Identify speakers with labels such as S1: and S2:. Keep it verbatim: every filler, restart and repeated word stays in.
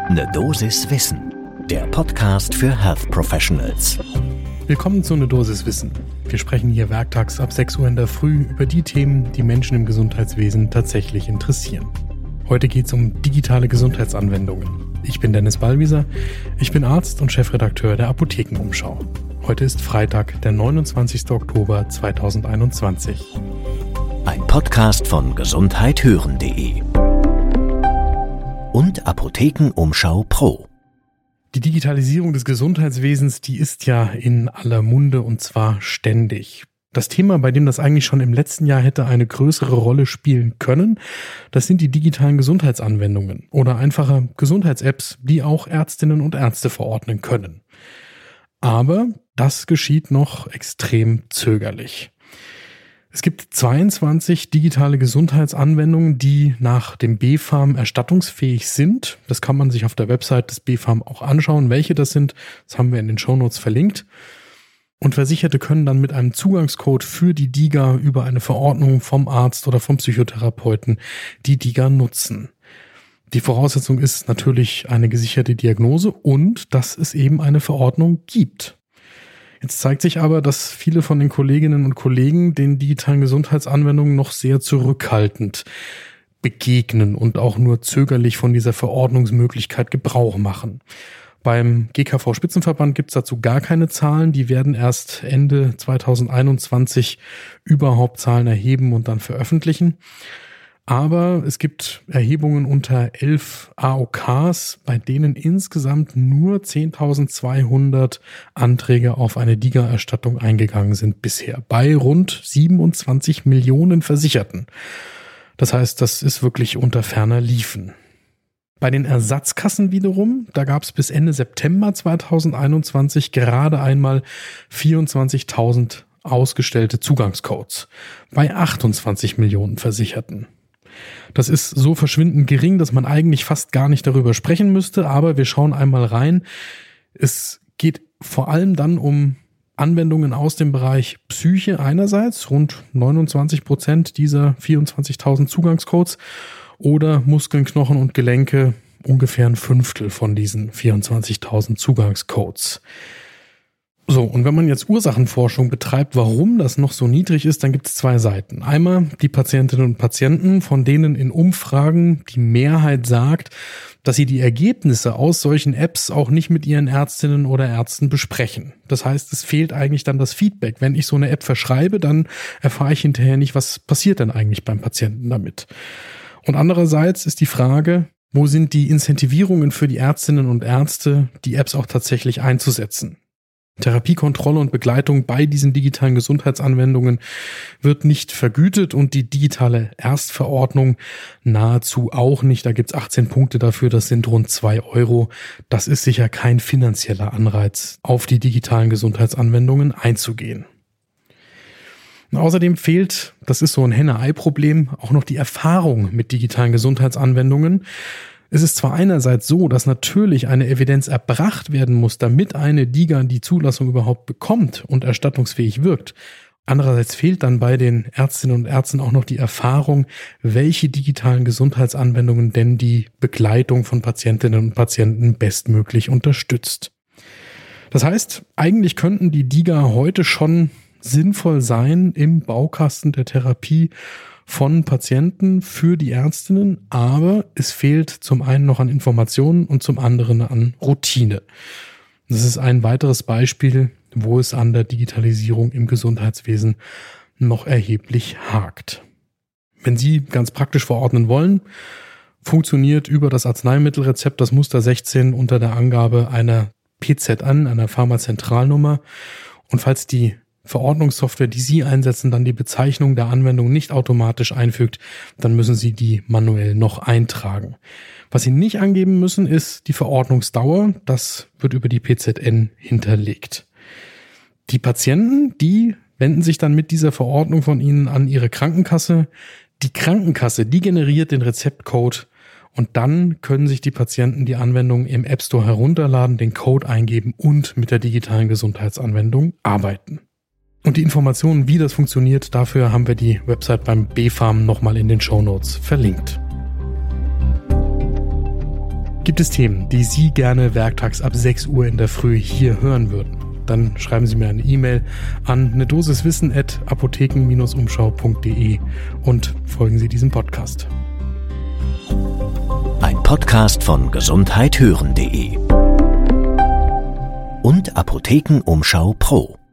S1: Ne Dosis Wissen, der Podcast für Health Professionals.
S2: Willkommen zu Ne Dosis Wissen. Wir sprechen hier werktags ab sechs Uhr in der Früh über die Themen, die Menschen im Gesundheitswesen tatsächlich interessieren. Heute geht es um digitale Gesundheitsanwendungen. Ich bin Dennis Ballwieser, ich bin Arzt und Chefredakteur der Apothekenumschau. Heute ist Freitag, der neunundzwanzigster Oktober zweitausendeinundzwanzig.
S1: Ein Podcast von gesundheit hören punkt de und Apothekenumschau Pro.
S2: Die Digitalisierung des Gesundheitswesens, die ist ja in aller Munde und zwar ständig. Das Thema, bei dem das eigentlich schon im letzten Jahr hätte eine größere Rolle spielen können, das sind die digitalen Gesundheitsanwendungen oder einfache Gesundheits-Apps, die auch Ärztinnen und Ärzte verordnen können. Aber das geschieht noch extrem zögerlich. Es gibt zweiundzwanzig digitale Gesundheitsanwendungen, die nach dem B Fam erstattungsfähig sind. Das kann man sich auf der Website des B Fam auch anschauen, welche das sind. Das haben wir in den Shownotes verlinkt. Und Versicherte können dann mit einem Zugangscode für die DiGA über eine Verordnung vom Arzt oder vom Psychotherapeuten die DiGA nutzen. Die Voraussetzung ist natürlich eine gesicherte Diagnose und dass es eben eine Verordnung gibt. Jetzt zeigt sich aber, dass viele von den Kolleginnen und Kollegen den digitalen Gesundheitsanwendungen noch sehr zurückhaltend begegnen und auch nur zögerlich von dieser Verordnungsmöglichkeit Gebrauch machen. Beim G K V-Spitzenverband gibt es dazu gar keine Zahlen. Die werden erst Ende zweitausendeinundzwanzig überhaupt Zahlen erheben und dann veröffentlichen. Aber es gibt Erhebungen unter elf A O Ks, bei denen insgesamt nur zehntausendzweihundert Anträge auf eine DiGA-Erstattung eingegangen sind bisher, bei rund siebenundzwanzig Millionen Versicherten. Das heißt, das ist wirklich unter ferner Liefen. Bei den Ersatzkassen wiederum, da gab es bis Ende September zweitausendeinundzwanzig gerade einmal vierundzwanzigtausend ausgestellte Zugangscodes bei achtundzwanzig Millionen Versicherten. Das ist so verschwindend gering, dass man eigentlich fast gar nicht darüber sprechen müsste, aber wir schauen einmal rein. Es geht vor allem dann um Anwendungen aus dem Bereich Psyche einerseits, rund neunundzwanzig Prozent dieser vierundzwanzigtausend Zugangscodes, oder Muskeln, Knochen und Gelenke, ungefähr ein Fünftel von diesen vierundzwanzigtausend Zugangscodes. So, und wenn man jetzt Ursachenforschung betreibt, warum das noch so niedrig ist, dann gibt es zwei Seiten. Einmal die Patientinnen und Patienten, von denen in Umfragen die Mehrheit sagt, dass sie die Ergebnisse aus solchen Apps auch nicht mit ihren Ärztinnen oder Ärzten besprechen. Das heißt, es fehlt eigentlich dann das Feedback. Wenn ich so eine App verschreibe, dann erfahre ich hinterher nicht, was passiert denn eigentlich beim Patienten damit. Und andererseits ist die Frage, wo sind die Incentivierungen für die Ärztinnen und Ärzte, die Apps auch tatsächlich einzusetzen? Therapiekontrolle und Begleitung bei diesen digitalen Gesundheitsanwendungen wird nicht vergütet und die digitale Erstverordnung nahezu auch nicht. Da gibt's achtzehn Punkte dafür, das sind rund zwei Euro. Das ist sicher kein finanzieller Anreiz, auf die digitalen Gesundheitsanwendungen einzugehen. Und außerdem fehlt, das ist so ein Henne-Ei-Problem, auch noch die Erfahrung mit digitalen Gesundheitsanwendungen. Es ist zwar einerseits so, dass natürlich eine Evidenz erbracht werden muss, damit eine DiGA die Zulassung überhaupt bekommt und erstattungsfähig wirkt. Andererseits fehlt dann bei den Ärztinnen und Ärzten auch noch die Erfahrung, welche digitalen Gesundheitsanwendungen denn die Begleitung von Patientinnen und Patienten bestmöglich unterstützt. Das heißt, eigentlich könnten die DiGA heute schon sinnvoll sein im Baukasten der Therapie von Patienten für die Ärztinnen, aber es fehlt zum einen noch an Informationen und zum anderen an Routine. Das ist ein weiteres Beispiel, wo es an der Digitalisierung im Gesundheitswesen noch erheblich hakt. Wenn Sie ganz praktisch verordnen wollen, funktioniert über das Arzneimittelrezept das Muster sechzehn unter der Angabe einer P Z N, einer Pharmazentralnummer. Und falls die Verordnungssoftware, die Sie einsetzen, dann die Bezeichnung der Anwendung nicht automatisch einfügt, dann müssen Sie die manuell noch eintragen. Was Sie nicht angeben müssen, ist die Verordnungsdauer. Das wird über die P Z N hinterlegt. Die Patienten, die wenden sich dann mit dieser Verordnung von Ihnen an Ihre Krankenkasse. Die Krankenkasse, die generiert den Rezeptcode und dann können sich die Patienten die Anwendung im App Store herunterladen, den Code eingeben und mit der digitalen Gesundheitsanwendung arbeiten. Und die Informationen, wie das funktioniert, dafür haben wir die Website beim B Fam nochmal in den Shownotes verlinkt. Gibt es Themen, die Sie gerne werktags ab sechs Uhr in der Früh hier hören würden? Dann schreiben Sie mir eine E-Mail an eine Dosiswissen at apotheken umschau punkt de und folgen Sie diesem Podcast.
S1: Ein Podcast von gesundheit hören punkt de und Apotheken Umschau Pro.